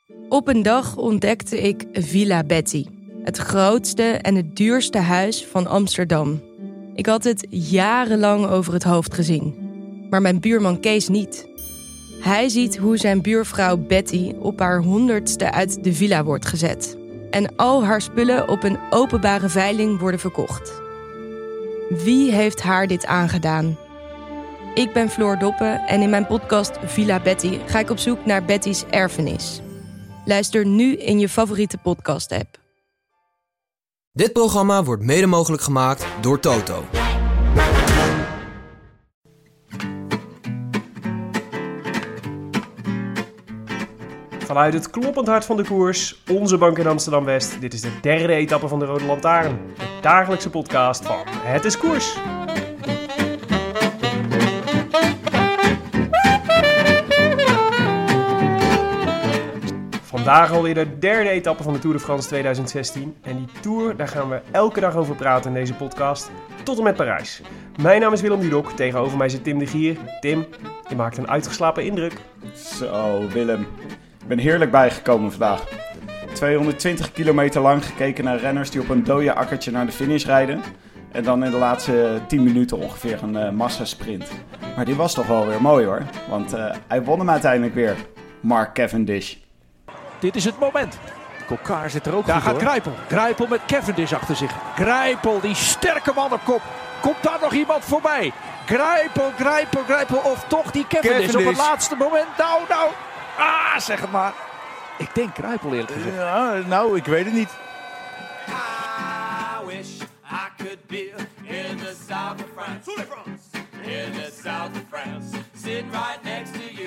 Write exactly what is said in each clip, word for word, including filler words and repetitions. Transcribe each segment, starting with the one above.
Op een dag ontdekte ik Villa Betty. Het grootste en het duurste huis van Amsterdam. Ik had het jarenlang over het hoofd gezien. Maar mijn buurman Kees niet. Hij ziet hoe zijn buurvrouw Betty op haar honderdste uit de villa wordt gezet. En al haar spullen op een openbare veiling worden verkocht. Wie heeft haar dit aangedaan? Ik ben Floor Doppen en in mijn podcast Villa Betty ga ik op zoek naar Betty's erfenis. Luister nu in je favoriete podcast-app. Dit programma wordt mede mogelijk gemaakt door Toto. Vanuit het kloppend hart van de koers, onze bank in Amsterdam-West. Dit is de derde etappe van de Rode Lantaarn. De dagelijkse podcast van Het is Koers. Vandaag alweer de derde etappe van de Tour de France tweeduizend zestien. En die Tour, daar gaan we elke dag over praten in deze podcast, tot en met Parijs. Mijn naam is Willem Dudok, tegenover mij zit Tim de Gier. Tim, je maakt een uitgeslapen indruk. Zo, Willem. Ik ben heerlijk bijgekomen vandaag. tweehonderdtwintig kilometer lang gekeken naar renners die op een dode akkertje naar de finish rijden. En dan in de laatste tien minuten ongeveer een uh, massasprint. Maar die was toch wel weer mooi hoor. Want uh, hij won hem uiteindelijk weer. Mark Cavendish. Dit is het moment. Coquard zit er ook Daar goed gaat hoor. Greipel. Greipel met Cavendish achter zich. Greipel, die sterke man op kop. Komt daar nog iemand voorbij? Greipel, Greipel, Greipel. Of toch die Cavendish, Cavendish. op het laatste moment. Nou, nou. Ah, zeg het maar. Ik denk Greipel eerlijk gezegd. Ja, nou, ik weet het niet. I wish I could be in the south of France. In the south of France. Sitting right next to you.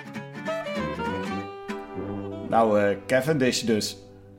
Nou, uh, Cavendish dus.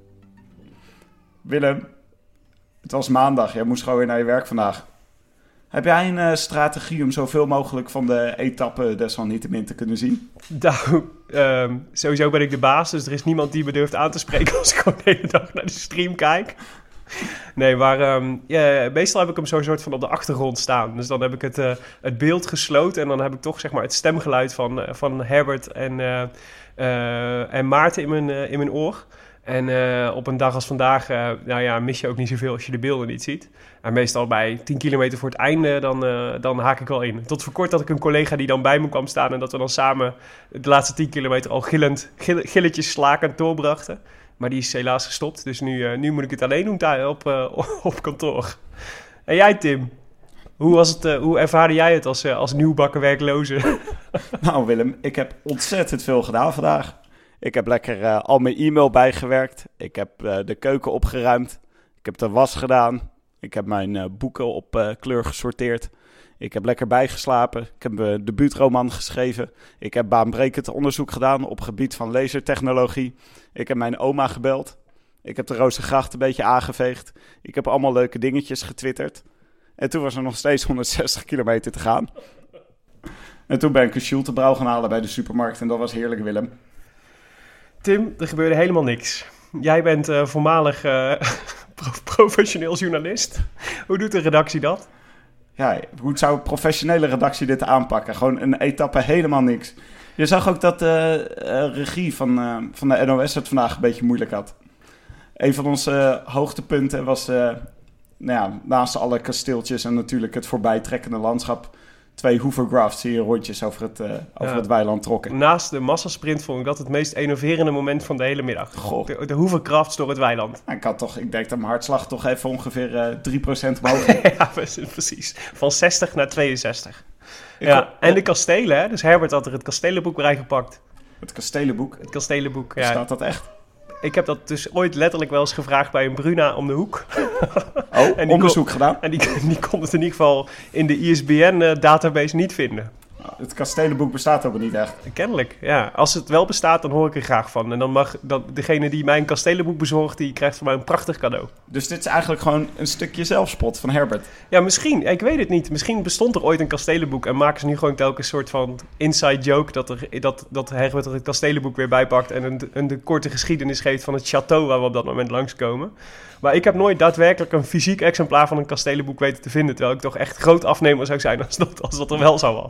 Willem, het was maandag. Jij moest gewoon weer naar je werk vandaag. Heb jij een uh, strategie om zoveel mogelijk van de etappe desalniettemin te kunnen zien? Nou, um, sowieso ben ik de baas, dus er is niemand die me durft aan te spreken als ik gewoon de hele dag naar de stream kijk. Nee, maar um, ja, meestal heb ik hem zo'n soort van op de achtergrond staan. Dus dan heb ik het, uh, het beeld gesloten en dan heb ik toch zeg maar het stemgeluid van, uh, van Herbert en, uh, uh, en Maarten in mijn, uh, in mijn oor. En uh, op een dag als vandaag, uh, nou ja, mis je ook niet zoveel als je de beelden niet ziet. En meestal bij tien kilometer voor het einde, dan, uh, dan haak ik wel in. Tot voor kort had ik een collega die dan bij me kwam staan en dat we dan samen de laatste tien kilometer al gillend, gill, gilletjes slakend doorbrachten. Maar die is helaas gestopt, dus nu, uh, nu moet ik het alleen doen daar op, uh, op kantoor. En jij, Tim? Hoe, was het, uh, hoe ervaarde jij het als, uh, als nieuwbakken werkloze? Nou Willem, ik heb ontzettend veel gedaan vandaag. Ik heb lekker uh, al mijn e-mail bijgewerkt. Ik heb uh, de keuken opgeruimd. Ik heb de was gedaan. Ik heb mijn uh, boeken op uh, kleur gesorteerd. Ik heb lekker bijgeslapen. Ik heb mijn debuutroman geschreven. Ik heb baanbrekend onderzoek gedaan op gebied van lasertechnologie. Ik heb mijn oma gebeld. Ik heb de Roostergracht een beetje aangeveegd. Ik heb allemaal leuke dingetjes getwitterd. En toen was er nog steeds honderdzestig kilometer te gaan. En toen ben ik een Schultebrouw gaan halen bij de supermarkt. En dat was heerlijk, Willem. Tim, er gebeurde helemaal niks. Jij bent uh, voormalig uh, professioneel journalist. Hoe doet de redactie dat? Ja, hoe zou een professionele redactie dit aanpakken? Gewoon een etappe, helemaal niks. Je zag ook dat de uh, regie van, uh, van de N O S het vandaag een beetje moeilijk had. Een van onze uh, hoogtepunten was, uh, nou ja, naast alle kasteeltjes en natuurlijk het voorbijtrekkende landschap, twee hovercrafts die rondjes over het, uh, over Ja. het weiland trokken. Naast de massasprint vond ik dat het meest enerverende moment van de hele middag. Goh. De, de hoeverkrafts door het weiland. Nou, ik, had toch, ik denk dat mijn hartslag toch even ongeveer uh, drie procent omhoog ging. Ja, precies. Van zestig naar tweeënzestig. Ik Ja, had- en de kastelen, hè? Dus Herbert had er het kastelenboek bij gepakt. Het kastelenboek, Het kastelenboek, ja. staat dat echt? Ik heb dat dus ooit letterlijk wel eens gevraagd bij een Bruna om de hoek. Oh, En die onderzoek kon- gedaan. En die, die kon het in ieder geval in de I S B N-database niet vinden. Het kastelenboek bestaat ook niet echt. Kennelijk, ja. Als het wel bestaat, dan hoor ik er graag van. En dan mag dan, degene die mij een kastelenboek bezorgt, die krijgt van mij een prachtig cadeau. Dus dit is eigenlijk gewoon een stukje zelfspot van Herbert. Ja, misschien. Ik weet het niet. Misschien bestond er ooit een kastelenboek en maken ze nu gewoon telkens een soort van inside joke dat, er, dat, dat Herbert er het kastelenboek weer bijpakt en een, een de korte geschiedenis geeft van het château waar we op dat moment langskomen. Maar ik heb nooit daadwerkelijk een fysiek exemplaar van een kastelenboek weten te vinden, terwijl ik toch echt groot afnemer zou zijn als dat, als dat er wel zo was.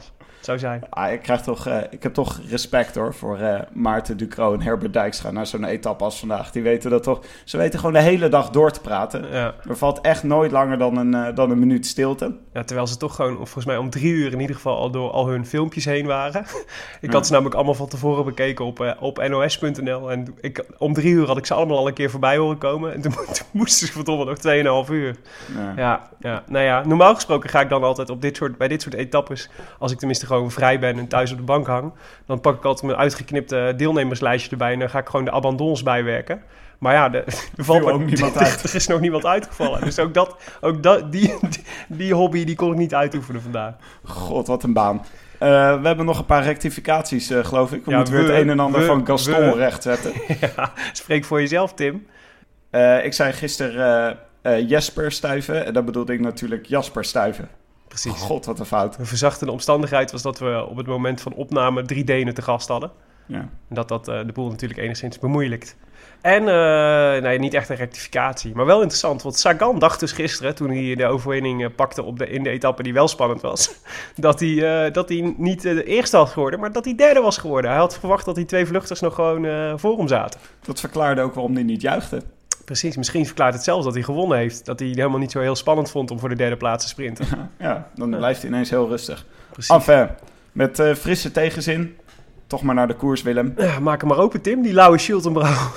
zou zijn. Ah, ik, krijg toch, uh, ik heb toch respect hoor voor uh, Maarten Ducrot en Herbert Dijkstra naar zo'n etappe als vandaag. Die weten dat toch. Ze weten gewoon de hele dag door te praten. Ja. Er valt echt nooit langer dan een, uh, dan een minuut stilte. Ja, terwijl ze toch gewoon volgens mij om drie uur in ieder geval al door al hun filmpjes heen waren. ik Ja. had ze namelijk allemaal van tevoren bekeken op, uh, op N O S punt N L. En ik, om drie uur had ik ze allemaal al een keer voorbij horen komen. En toen, toen moesten ze verdomme nog tweeënhalf uur. Ja. Ja, ja, nou ja, normaal gesproken ga ik dan altijd op dit soort, bij dit soort etappes, als ik tenminste gewoon vrij ben en thuis op de bank hang, dan pak ik altijd mijn uitgeknipte deelnemerslijstje erbij en dan ga ik gewoon de abandons bijwerken. Maar ja, de, er, valt Viel ook niemand uit. er is nog niemand uitgevallen. Dus ook, dat, ook dat, die, die, die hobby die kon ik niet uitoefenen vandaag. God, wat een baan. Uh, we hebben nog een paar rectificaties, uh, geloof ik. We Ja, moeten weer we- het een en ander we- van Gaston we- rechtzetten. Ja, spreek voor jezelf, Tim. Uh, ik zei gisteren uh, uh, Jesper Stuyven en dat bedoelde ik natuurlijk Jasper Stuyven. Precies. God, wat een fout. Een verzachtende omstandigheid was dat we op het moment van opname drie Denen te gast hadden. Ja. En dat dat uh, de boel natuurlijk enigszins bemoeilijkt. En, uh, nee, niet echt een rectificatie, maar wel interessant. Want Sagan dacht dus gisteren, toen hij de overwinning uh, pakte op de, in de etappe die wel spannend was, dat hij, uh, dat hij niet uh, de eerste had geworden, maar dat hij derde was geworden. Hij had verwacht dat die twee vluchters nog gewoon uh, voor hem zaten. Dat verklaarde ook waarom hij niet juichte. Precies, misschien verklaart het zelfs dat hij gewonnen heeft. Dat hij het helemaal niet zo heel spannend vond om voor de derde plaats te sprinten. Ja, dan blijft hij ineens heel rustig. Precies. Enfin, met uh, frisse tegenzin, toch maar naar de koers, Willem. Ja, maak hem maar open, Tim, die lauwe Schultenbrouw.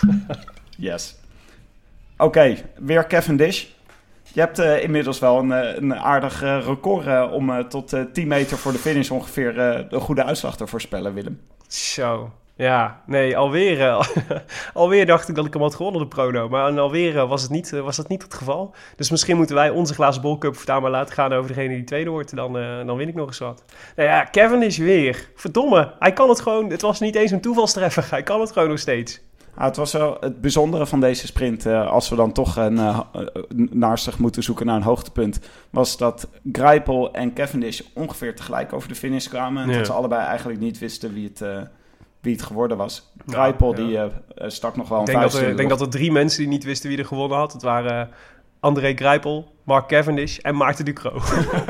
Yes. Oké, okay, weer Cavendish. Je hebt uh, inmiddels wel een, uh, een aardig uh, record uh, om uh, tot uh, tien meter voor de finish ongeveer uh, een goede uitslag te voorspellen, Willem. Zo, ja, nee, alweer, uh, alweer dacht ik dat ik hem had gewonnen, de prono. Maar alweer uh, was, het niet, uh, was dat niet het geval. Dus misschien moeten wij onze glazen bolcup voortaan maar laten gaan over degene die tweede wordt. Dan, uh, dan win ik nog eens wat. Nou ja, Kevin is weer. Verdomme, hij kan het gewoon. Het was niet eens een toevalstreffer. Hij kan het gewoon nog steeds. Ah, het was wel het bijzondere van deze sprint, uh, als we dan toch een uh, naarstig moeten zoeken naar een hoogtepunt, was dat Greipel en Cavendish ongeveer tegelijk over de finish kwamen. En Ja. dat ze allebei eigenlijk niet wisten wie het, uh, wie het geworden was. Greipel, ja. die uh, stak nog wel een Ik denk, dat vuist er, in ik de denk dat lucht. er drie mensen die niet wisten wie er gewonnen had. Het waren uh, André Greipel, Mark Cavendish en Maarten Ducrot.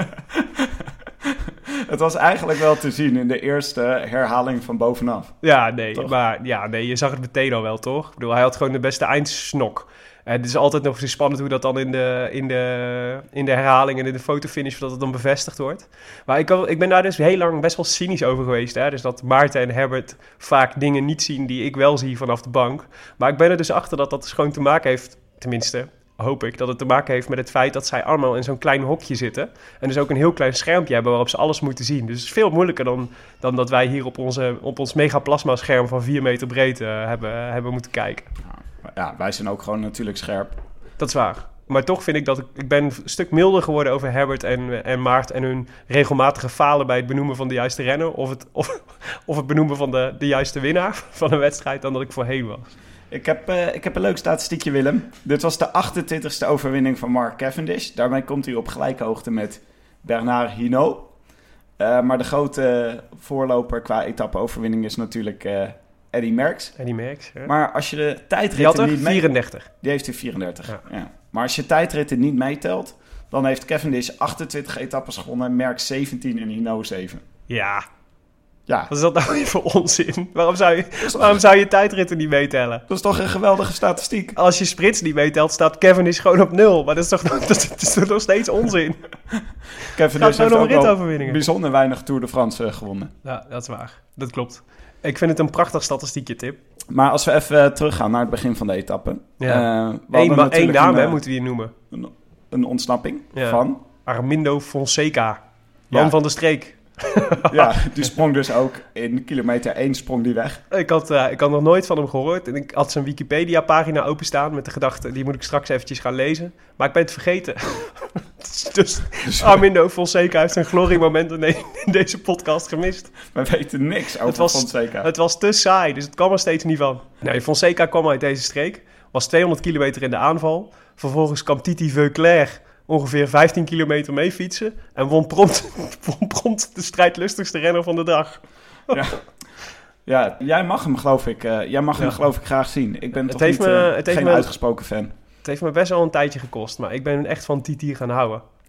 Het was eigenlijk wel te zien in de eerste herhaling van bovenaf. Ja, nee, Toch? maar ja, nee, je zag het meteen al wel, toch? Ik bedoel, hij had gewoon de beste eindsnok. En het is altijd nog zo spannend hoe dat dan in de, in de, in de herhaling en in de fotofinish, dat het dan bevestigd wordt. Maar ik, ik ben daar dus heel lang best wel cynisch over geweest. Hè? Dus dat Maarten en Herbert vaak dingen niet zien die ik wel zie vanaf de bank. Maar ik ben er dus achter dat dat dus gewoon te maken heeft, tenminste, hoop ik, dat het te maken heeft met het feit dat zij allemaal in zo'n klein hokje zitten. En dus ook een heel klein schermpje hebben waarop ze alles moeten zien. Dus het is veel moeilijker dan, dan dat wij hier op, onze, op ons megaplasma-scherm van vier meter breed uh, hebben, uh, hebben moeten kijken. Ja, wij zijn ook gewoon natuurlijk scherp. Dat is waar. Maar toch vind ik dat ik... Ik ben een stuk milder geworden over Herbert en, en Maart en hun regelmatige falen bij het benoemen van de juiste renner. Of het, of, of het benoemen van de, de juiste winnaar van een wedstrijd dan dat ik voorheen was. Ik heb, uh, ik heb een leuk statistiekje, Willem. Dit was de achtentwintigste overwinning van Mark Cavendish. Daarmee komt hij op gelijke hoogte met Bernard Hinault. Uh, maar de grote voorloper qua etappe-overwinning is natuurlijk uh, Eddy Merckx. Eddy Merckx, hè? Maar als je de Die had tijdritten er niet mee... vierendertig. Die heeft hij vierendertig, Ja. ja. Maar als je tijdritten niet meetelt, dan heeft Cavendish achtentwintig etappes gewonnen, Merckx zeventien en Hinault zeven. Ja, Ja, wat is dat nou weer voor onzin? Waarom zou je, waarom zou je tijdritten niet meetellen? dat is toch een geweldige statistiek. Als je sprints niet meetelt, staat Cavendish gewoon op nul. Maar dat is toch, dat, dat is toch nog steeds onzin? Cavendish gewoon heeft om ook wel ritoverwinningen. bijzonder weinig Tour de France uh, gewonnen. Ja, dat is waar. Dat klopt. Ik vind het een prachtig statistiekje, Tip. Maar als we even uh, teruggaan naar het begin van de etappe. Ja. Uh, we Eén, hadden ma- één natuurlijk naam, een, hè, uh, moeten we hier noemen. een, een ontsnapping Ja. van... Armindo Fonseca. Man Ja. van de streek. Ja, die sprong dus ook in kilometer één sprong die weg. Ik had, uh, ik had nog nooit van hem gehoord. En ik had zijn Wikipedia-pagina openstaan met de gedachte... die moet ik straks eventjes gaan lezen. Maar ik ben het vergeten. dus Dus Armindo Fonseca heeft een gloriemoment in, de- in deze podcast gemist. we weten niks over Het was- Fonseca. Het was te saai, dus het kwam er steeds niet van. Nee, Fonseca kwam uit deze streek. Was tweehonderd kilometer in de aanval. Vervolgens kwam Titi Veuclair ongeveer vijftien kilometer mee fietsen. En won prompt, won prompt de strijdlustigste renner van de dag. Ja. Ja, jij mag hem geloof ik, uh, jij mag hem Ja. geloof ik graag zien. Ik ben Het toch heeft niet, me- uh, het heeft geen me- uitgesproken fan. Het heeft me best wel een tijdje gekost, maar ik ben echt van Titi gaan houden.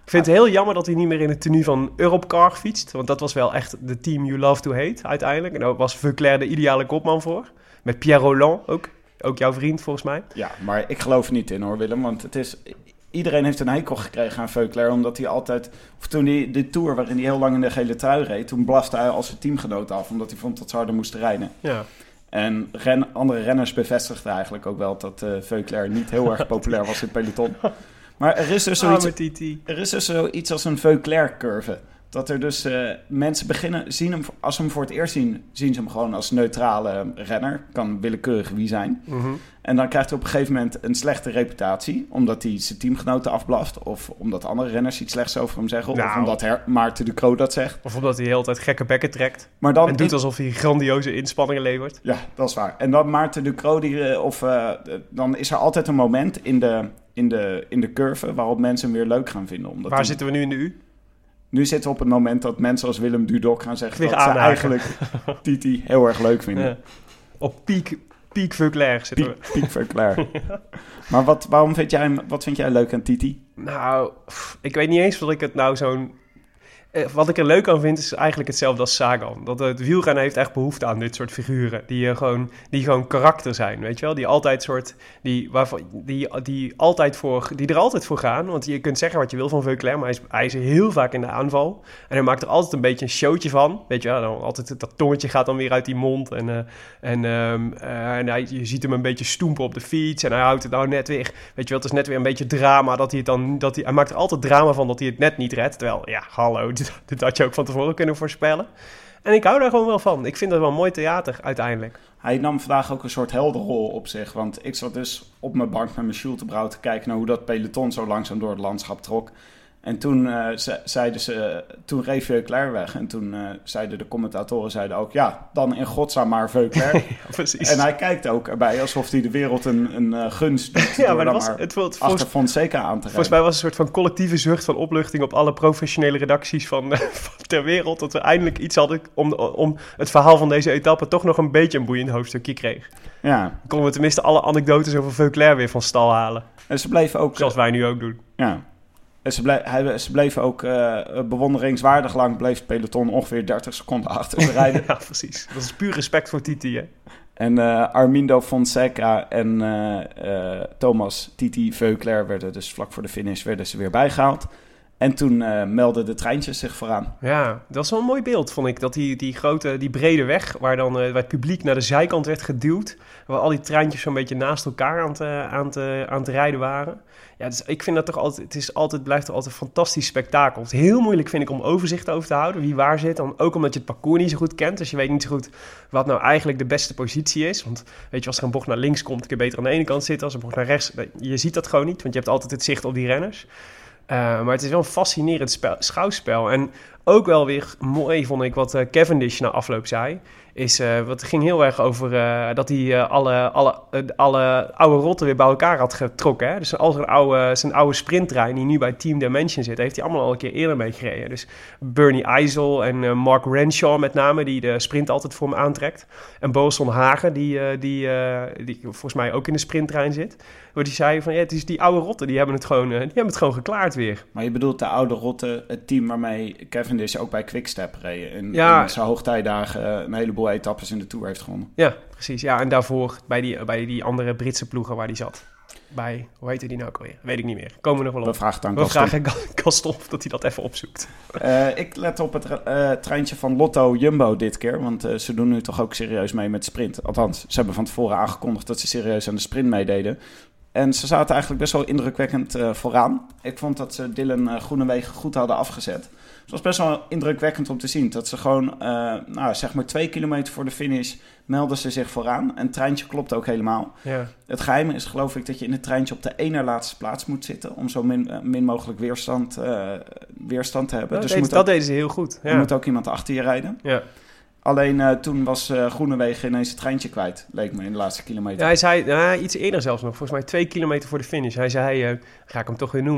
Ik vind het heel jammer dat hij niet meer in het tenue van Europcar fietst. Want dat was wel echt de team you love to hate uiteindelijk. En daar was Veuclair de ideale kopman voor. Met Pierre Rolland ook. Ook jouw vriend volgens mij. Ja, maar ik geloof er niet in hoor Willem. Want het is... Iedereen heeft een hekel gekregen aan Veuclair. Omdat hij altijd... Of toen hij de Tour waarin hij heel lang in de gele trui reed. Toen blafte hij als zijn teamgenoot af. Omdat hij vond dat ze harder moesten rijden. Ja. En ren, andere renners bevestigden eigenlijk ook wel dat uh, Veuclair niet heel erg populair was in het peloton. Maar er is dus zoiets, er is dus zoiets als een Veuclair-curve. Dat er dus uh, mensen beginnen, zien hem, als ze hem voor het eerst zien, zien ze hem gewoon als neutrale renner. Kan willekeurig wie zijn. Mm-hmm. En dan krijgt hij op een gegeven moment een slechte reputatie. Omdat hij zijn teamgenoten afblaft. Of omdat andere renners iets slechts over hem zeggen. Nou. Of omdat Her- Maarten de Croo dat zegt. Of omdat hij de hele tijd gekke bekken trekt. Maar dan En doet alsof hij grandioze inspanningen levert. Ja, dat is waar. En dan Maarten de Croo, die, uh, of, uh, dan is er altijd een moment in de, in de, in de curve waarop mensen hem weer leuk gaan vinden. Omdat Waar hij, zitten we nu in de U? Nu zitten we op het moment dat mensen als Willem Dudok gaan zeggen Weer dat ze aanhaken. eigenlijk Titi heel erg leuk vinden. Ja. Op piek, piek Veuclair zitten we. Piek, piek Veuclair. Maar wat, waarom vind jij, hem- wat vind jij leuk aan Titi? Nou, pff, ik weet niet eens wat ik het nou zo'n... eh, Wat ik er leuk aan vind, is eigenlijk hetzelfde als Sagan. Dat het wielrennen heeft echt behoefte aan dit soort figuren. Die, uh, gewoon, die gewoon karakter zijn, weet je wel? Die altijd soort... Die, waarvan, die, die, altijd voor, die er altijd voor gaan. Want je kunt zeggen wat je wil van Veuclair, maar hij is, hij is heel vaak in de aanval. En hij maakt er altijd een beetje een showtje van. Weet je wel? Dan altijd, dat tongetje gaat dan weer uit die mond. En, uh, en, um, uh, en hij, je ziet hem een beetje stoempen op de fiets. En hij houdt het nou net weer... Weet je wel, het is net weer een beetje drama. Dat hij, het dan, dat hij, hij maakt er altijd drama van dat hij het net niet redt. Terwijl, ja, hallo... Dit had je ook van tevoren kunnen voorspellen. En ik hou daar gewoon wel van. Ik vind dat wel mooi theater uiteindelijk. Hij nam vandaag ook een soort heldenrol op zich. Want ik zat dus op mijn bank met mijn Schultebrouw te kijken naar hoe dat peloton zo langzaam door het landschap trok. En toen, uh, ze, zeiden ze, toen reed Veuclair weg. En toen uh, zeiden de commentatoren zeiden ook... ja, dan in godsnaam maar Veuclair. Ja, precies. En hij kijkt ook erbij alsof hij de wereld een, een uh, gunst doet. Ja, door maar dan dat was, maar het, het, achter volgens, Fonseca aan te rijden. volgens mij was het een soort van collectieve zucht van opluchting... op alle professionele redacties van, uh, van ter wereld... dat we eindelijk iets hadden om, om het verhaal van deze etappe... toch nog een beetje een boeiend hoofdstukje kreeg. Ja. Dan konden we tenminste alle anekdotes over Veuclair weer van stal halen. En ze bleven ook... Zoals wij nu ook doen. Ja. En ze, ble- hij, ze bleven ook uh, bewonderingswaardig lang... bleef het peloton ongeveer dertig seconden achter ze rijden. Ja, precies. Dat is puur respect voor Titi, hè? En uh, Armindo Fonseca en uh, uh, Thomas Titi Veuclair... werden dus vlak voor de finish werden ze weer bijgehaald. En toen uh, meldden de treintjes zich vooraan. Ja, dat was wel een mooi beeld, vond ik. Dat die, die grote, die brede weg, waar dan uh, waar het publiek naar de zijkant werd geduwd. Waar al die treintjes zo'n beetje naast elkaar aan te, aan te, aan te rijden waren. Ja, dus ik vind dat toch altijd, het is altijd, blijft toch altijd een fantastisch spektakel. Het is heel moeilijk, vind ik, om overzicht over te houden. Wie waar zit, dan ook omdat je het parcours niet zo goed kent. Dus je weet niet zo goed wat nou eigenlijk de beste positie is. Want weet je, als er een bocht naar links komt, kun je beter aan de ene kant zitten. Als een bocht naar rechts, je ziet dat gewoon niet. Want je hebt altijd het zicht op die renners. Uh, maar het is wel een fascinerend spel, schouwspel. En ook wel weer mooi, vond ik, wat uh, Cavendish na afloop zei. Is, uh, wat ging heel erg over uh, dat hij uh, alle, alle, uh, alle oude rotten weer bij elkaar had getrokken. Hè? Dus al zijn oude, zijn oude sprinttrein die nu bij Team Dimension zit, heeft hij allemaal al een keer eerder mee gereden. Dus Bernie Eisel en uh, Mark Renshaw met name, die de sprint altijd voor hem aantrekt. En Boasson Hagen, die, uh, die, uh, die volgens mij ook in de sprinttrein zit. Waar die zei van, ja, het is die oude rotten, die hebben het gewoon, uh, die hebben het gewoon geklaard weer. Maar je bedoelt de oude rotte, het team waarmee Cavendish ook bij Quickstep reed. En Ja. in zijn hoogtijdagen uh, een heleboel etappes in de Tour heeft gewonnen. Ja, precies. Ja, en daarvoor bij die, bij die andere Britse ploegen waar die zat. Bij, hoe heette die nou ook alweer? Weet ik niet meer. Komen we nog wel op. We vragen het aan We Gaston. vragen Gaston dat hij dat even opzoekt. Uh, ik let op het uh, treintje van Lotto Jumbo dit keer. Want uh, ze doen nu toch ook serieus mee met sprint. Althans, ze hebben van tevoren aangekondigd dat ze serieus aan de sprint meededen. En ze zaten eigenlijk best wel indrukwekkend uh, vooraan. Ik vond dat ze Dylan uh, Groenewegen goed hadden afgezet. Het was best wel indrukwekkend om te zien. Dat ze gewoon, uh, nou, zeg maar twee kilometer voor de finish melden ze zich vooraan. En het treintje klopt ook helemaal. Ja. Het geheim is geloof ik dat je in het treintje op de ene laatste plaats moet zitten. Om zo min, uh, min mogelijk weerstand, uh, weerstand te hebben. Dat, dus deed, moet dat ook, deden ze heel goed. Ja. er moet ook iemand achter je rijden. Ja. Alleen uh, toen was uh, Groenewegen ineens het treintje kwijt. Leek me in de laatste kilometer. Ja, hij zei, nou, iets eerder zelfs nog, volgens mij twee kilometer voor de finish. Hij zei, uh, ga ik hem toch weer noemen.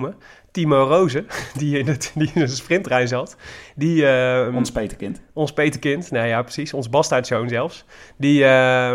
Timo Rozen, die in, het, die in de sprinttrein zat. Die, uh, ons Peterkind. Ons Peterkind, nou ja, precies. Ons bastaardzoon zelfs. Die, uh,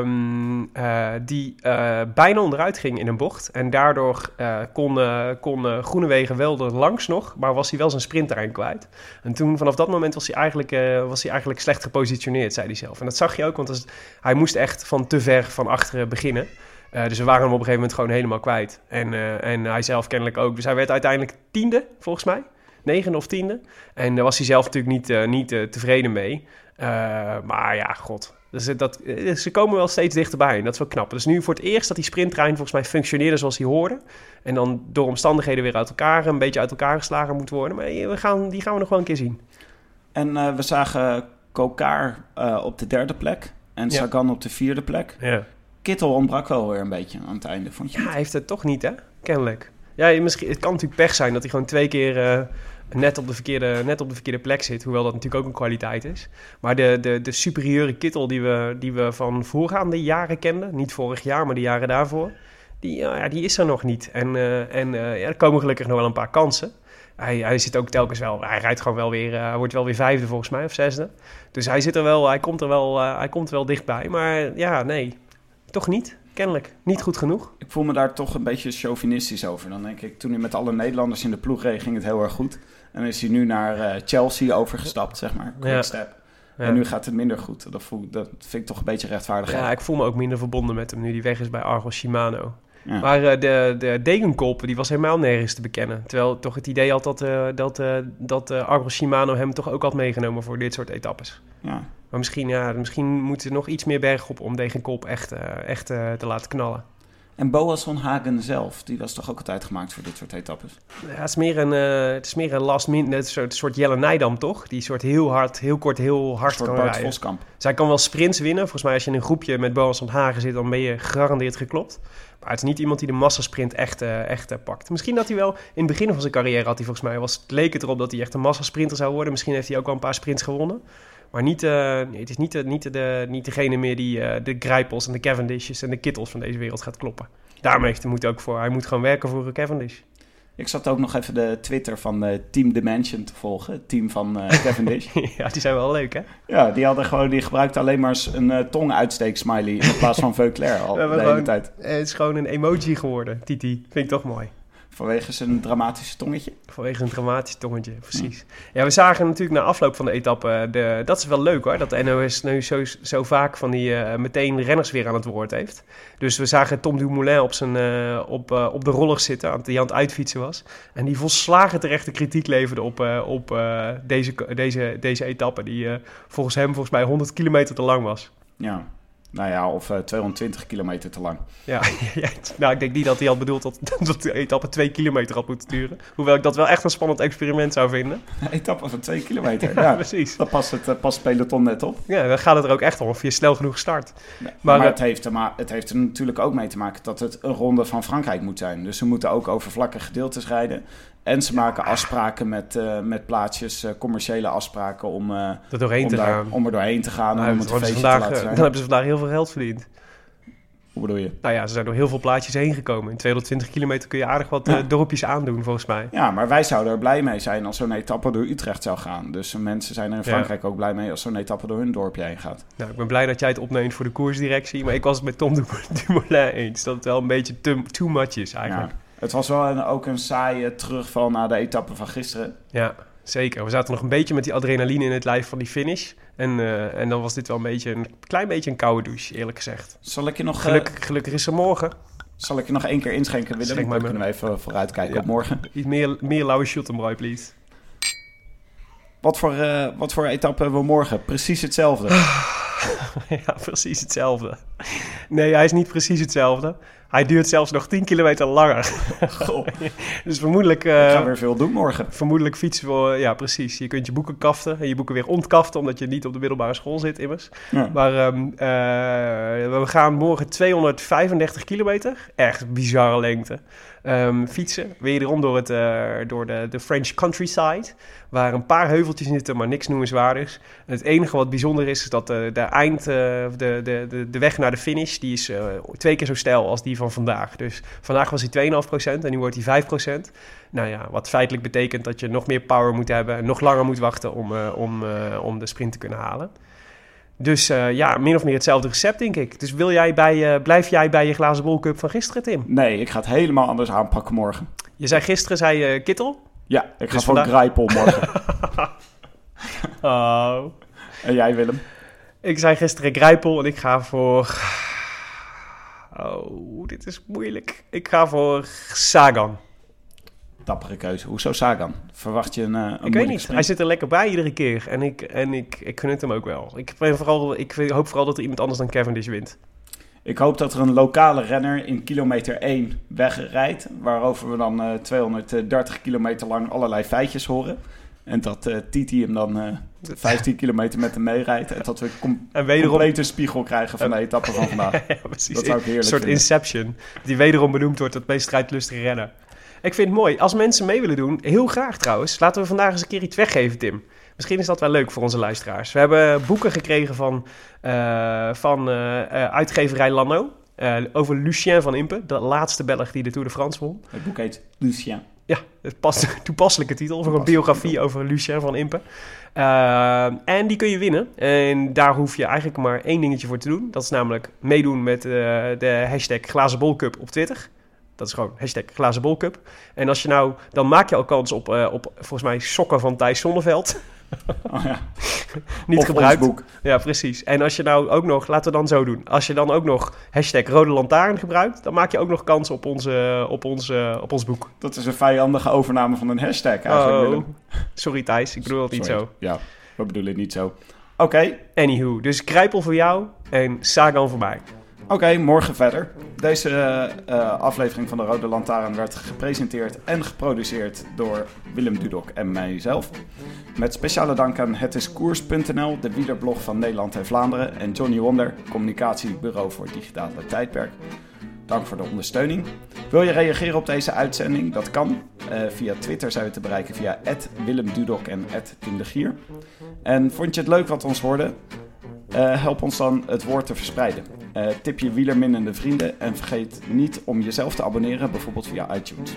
uh, die uh, bijna onderuit ging in een bocht. En daardoor uh, kon, uh, kon uh, Groenewegen wel er langs nog, maar was hij wel zijn sprinttrein kwijt. En toen, vanaf dat moment, was hij eigenlijk, uh, was hij eigenlijk slecht gepositioneerd, zei hij zelf. En dat zag je ook, want als, hij moest echt van te ver van achteren beginnen. Uh, dus we waren hem op een gegeven moment gewoon helemaal kwijt. En, uh, en hij zelf kennelijk ook. Dus hij werd uiteindelijk tiende, volgens mij. Negende of tiende. En daar was hij zelf natuurlijk niet, uh, niet uh, tevreden mee. Uh, maar ja, god. Dus dat, uh, ze komen wel steeds dichterbij en dat is wel knap. Dus nu voor het eerst dat die sprinttrein volgens mij functioneerde zoals hij hoorde. En dan door omstandigheden weer uit elkaar, een beetje uit elkaar geslagen moet worden. Maar we gaan, die gaan we nog wel een keer zien. En uh, we zagen Kokaar uh, op de derde plek. En Ja. Sagan op de vierde plek. Ja. Kittel ontbrak wel weer een beetje aan het einde, vond je Ja, niet? hij heeft het toch niet, hè? Kennelijk. Ja, misschien, het kan natuurlijk pech zijn dat hij gewoon twee keer uh, net, op de verkeerde, net op de verkeerde plek zit. Hoewel dat natuurlijk ook een kwaliteit is. Maar de, de, de superieure Kittel die we, die we van voorgaande jaren kenden... niet vorig jaar, maar de jaren daarvoor... die, uh, ja, die is er nog niet. En, uh, en uh, ja, er komen gelukkig nog wel een paar kansen. Hij, hij zit ook telkens wel... Hij rijdt gewoon wel weer... Uh, hij wordt wel weer vijfde volgens mij, of zesde. Dus hij zit er wel... Hij komt er wel, uh, hij komt er wel dichtbij. Maar ja, nee... Toch niet, kennelijk. Niet goed genoeg. Ik voel me daar toch een beetje chauvinistisch over. Dan denk ik, toen hij met alle Nederlanders in de ploeg reed, ging het heel erg goed. En dan is hij nu naar uh, Chelsea overgestapt, zeg maar. Quick Ja. step. Ja. En nu gaat het minder goed. Dat, voel, dat vind ik toch een beetje rechtvaardig. Ja, ik voel me ook minder verbonden met hem nu die weg is bij Argos Shimano. Ja. Maar uh, de, de Degenkolb, die was helemaal nergens te bekennen. Terwijl toch het idee had dat, uh, dat, uh, dat uh, Argos Shimano hem toch ook had meegenomen voor dit soort etappes. Ja. Maar misschien, ja, misschien moeten er nog iets meer berg op om Degenkolb echt, uh, echt uh, te laten knallen. En Boas van Hagen zelf, die was toch ook altijd gemaakt voor dit soort etappes? Ja, het is meer een, uh, het is meer een last minute, een soort, soort Jelle Nijdam, toch? Die soort heel hard, heel kort, heel hard Een soort kan Bart rijden. Voskamp. Zij kan wel sprints winnen. Volgens mij als je in een groepje met Boas van Hagen zit, dan ben je gegarandeerd geklopt. Maar het is niet iemand die de massasprint echt, uh, echt uh, pakt. Misschien dat hij wel, in het begin van zijn carrière had hij volgens mij, was, leek het erop dat hij echt een massasprinter zou worden. Misschien heeft hij ook wel een paar sprints gewonnen. Maar niet, uh, nee, het is niet, uh, niet, de, niet degene meer die uh, de Grijpels en de Cavendishes en de Kittels van deze wereld gaat kloppen. Daarom heeft hij moet ook voor. Hij moet gewoon werken voor Cavendish. Ik zat ook nog even de Twitter van uh, Team Dimension te volgen. Het team van uh, Cavendish. Ja, die zijn wel leuk, hè? Ja, die hadden gewoon, die gebruikte alleen maar een uh, tonguitsteek-smiley in plaats van Veuclair al de hele gewoon, tijd. Het is gewoon een emoji geworden, Titi. Vind ik toch mooi. Vanwege zijn dramatische tongetje. Vanwege een dramatisch tongetje, precies. Ja, we zagen natuurlijk na afloop van de etappe, de, dat is wel leuk hoor, dat de N O S nu zo, zo vaak van die uh, meteen renners weer aan het woord heeft. Dus we zagen Tom Dumoulin op, zijn, uh, op, uh, op de rollers zitten, aan, die aan het uitfietsen was. En die volslagen terechte kritiek leverde op, uh, op uh, deze, deze, deze etappe, die uh, volgens hem volgens mij honderd kilometer te lang was. Ja. Nou ja, of uh, tweehonderdtwintig kilometer te lang. Ja, ja, nou ik denk niet dat hij had bedoeld dat, dat de etappe twee kilometer had moeten duren. Hoewel ik dat wel echt een spannend experiment zou vinden. Een etappe van twee kilometer, Ja, ja. precies. Dat past het, uh, past het peloton net op. Ja, dan gaat het er ook echt om of je snel genoeg start. Nee, Maar, maar uh, het, heeft er maar het heeft er natuurlijk ook mee te maken dat het een ronde van Frankrijk moet zijn. Dus ze moeten ook over vlakke gedeeltes rijden. En ze maken afspraken met, uh, met plaatsjes, uh, commerciële afspraken om, uh, Er doorheen om, te daar, gaan. om er doorheen te gaan. Nou, en om dan, het een hebben ze feestje te vandaag, laten uh, zijn. dan hebben ze vandaag heel veel geld verdiend. Hoe bedoel je? Nou ja, ze zijn door heel veel plaatjes heen gekomen. In tweehonderdtwintig kilometer kun je aardig wat uh, Ja. dorpjes aandoen, volgens mij. Ja, maar wij zouden er blij mee zijn als zo'n etappe door Utrecht zou gaan. Dus uh, mensen zijn er in Ja. Frankrijk ook blij mee als zo'n etappe door hun dorpje heen gaat. Nou, ik ben blij dat jij het opneemt voor de koersdirectie. Maar ik was het met Tom Dumoulin eens. Dat het wel een beetje te, too much is eigenlijk. Ja. Het was wel een, ook een saaie terugval na de etappe van gisteren. Ja, zeker. We zaten nog een beetje met die adrenaline in het lijf van die finish. En, uh, en dan was dit wel een beetje een klein beetje een koude douche, eerlijk gezegd. Zal ik je nog, uh, Gelukkig, gelukkig is er morgen. zal ik je nog één keer inschenken, Willem? Schenk maar Dan me. kunnen we even vooruitkijken Ja. op morgen. Iets meer, meer lauwe Schottenbrooi, please. Wat voor, uh, wat voor etappe hebben we morgen? Precies hetzelfde. Ja, precies hetzelfde. Nee, hij is niet precies hetzelfde. Hij duurt zelfs nog tien kilometer langer. Goh, Dus vermoedelijk... ik Uh, ga weer veel doen morgen. Vermoedelijk fietsen we... Ja, precies. Je kunt je boeken kaften en je boeken weer ontkaften... omdat je niet op de middelbare school zit, immers. Ja. Maar um, uh, we gaan morgen tweehonderdvijfendertig kilometer. Echt bizarre lengte. Um, fietsen. Wederom door, het, uh, door de, de French countryside. Waar een paar heuveltjes zitten, maar niks noemenswaardigs. En het enige wat bijzonder is, is dat de, de eind... Uh, de, de, de, de weg naar de finish... die is uh, twee keer zo steil als die van van vandaag. Dus vandaag was hij twee komma vijf procent en nu wordt hij vijf procent. Nou ja, wat feitelijk betekent dat je nog meer power moet hebben en nog langer moet wachten om, uh, om, uh, om de sprint te kunnen halen. Dus uh, ja, min of meer hetzelfde recept, denk ik. Dus wil jij bij, uh, blijf jij bij je glazen bol cup van gisteren, Tim? Nee, ik ga het helemaal anders aanpakken morgen. Je zei gisteren, zei uh, Kittel? Ja, ik ga Dus voor vandaag... Greipel morgen. Oh. En jij, Willem? Ik zei gisteren Greipel en ik ga voor... Oh, dit is moeilijk. Ik ga voor Sagan. Dappere keuze. Hoezo Sagan? Verwacht je een, een Ik weet niet. sprint? Hij zit er lekker bij iedere keer. En ik, en ik, ik gun het hem ook wel. Ik, ben vooral, ik hoop vooral dat er iemand anders dan Cavendish wint. Ik hoop dat er een lokale renner in kilometer één wegrijdt, waarover we dan uh, tweehonderddertig kilometer lang allerlei feitjes horen. En dat uh, Titi hem dan uh, vijftien kilometer met hem meerijdt. En dat we com- en wederom... complete spiegel krijgen van de etappe van vandaag. Ja, precies. Dat zou ik heerlijk Een soort vinden. Inception. Die wederom benoemd wordt tot meest strijdlustige renner. Ik vind het mooi. Als mensen mee willen doen, heel graag trouwens. Laten we vandaag eens een keer iets weggeven, Tim. Misschien is dat wel leuk voor onze luisteraars. We hebben boeken gekregen van, uh, van uh, uh, uitgeverij Lano. Uh, over Lucien van Impe, de laatste Belg die de Tour de France won. Het boek heet Lucien. Ja, het past toepasselijke titel voor een biografie over Lucien van Impe. Uh, en die kun je winnen. En daar hoef je eigenlijk maar één dingetje voor te doen. Dat is namelijk meedoen met uh, de hashtag Glazen Bol Cup op Twitter. Dat is gewoon hashtag Glazen Bol Cup. En als je nou, dan maak je al kans op, uh, op volgens mij sokken van Thijs Zonneveld. Oh ja. Niet Of gebruikt. ons boek. Ja, precies. En als je nou ook nog, laten we dan zo doen. Als je dan ook nog hashtag Rode Lantaarn gebruikt, dan maak je ook nog kans op, onze, op, onze, op ons boek. Dat is een vijandige overname van een hashtag eigenlijk, Oh, Willem. sorry Thijs, ik bedoel het niet Sorry. zo. Ja, we bedoelen het niet zo. Oké, okay. Anywho, dus Greipel voor jou en Sagan voor mij. Oké, okay, morgen verder. Deze uh, uh, aflevering van de Rode Lantaarn werd gepresenteerd en geproduceerd door Willem Dudok en mijzelf. Met speciale dank aan hetiskoers punt n l, de wielerblog van Nederland en Vlaanderen, en Johnny Wonder, communicatiebureau voor het digitale tijdperk. Dank voor de ondersteuning. Wil je reageren op deze uitzending? Dat kan. Uh, via Twitter zijn we te bereiken via at Willem Dudok en at Tim de Gier. En vond je het leuk wat ons hoorde? Uh, help ons dan het woord te verspreiden. Uh, tip je wielerminnende vrienden en vergeet niet om jezelf te abonneren, bijvoorbeeld via iTunes.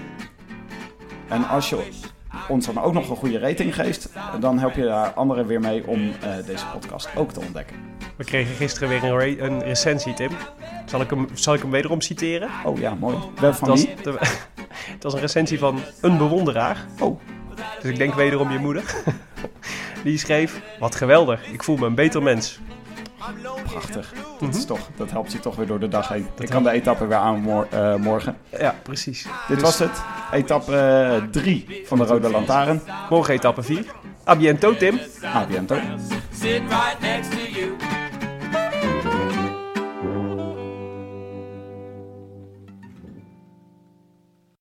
En als je ons dan ook nog een goede rating geeft, dan help je daar anderen weer mee om uh, deze podcast ook te ontdekken. We kregen gisteren weer een, re- een recensie, Tim. Zal ik, hem, zal ik hem wederom citeren? Oh ja, mooi. Wel van het, was, wie? de, het was een recensie van een bewonderaar. Oh. Dus ik denk wederom je moeder. Die schreef, wat geweldig, ik voel me een beter mens. Prachtig. Mm-hmm. Dat, is toch, dat helpt je toch weer door de dag heen. Dat ik kan de etappe weer aan mor- uh, morgen. Ja, precies. Dit dus... was het. Etappe drie uh, van de Rode Lantaarn. Morgen etappe vier. A biento, Tim. A biento. Sitting right next to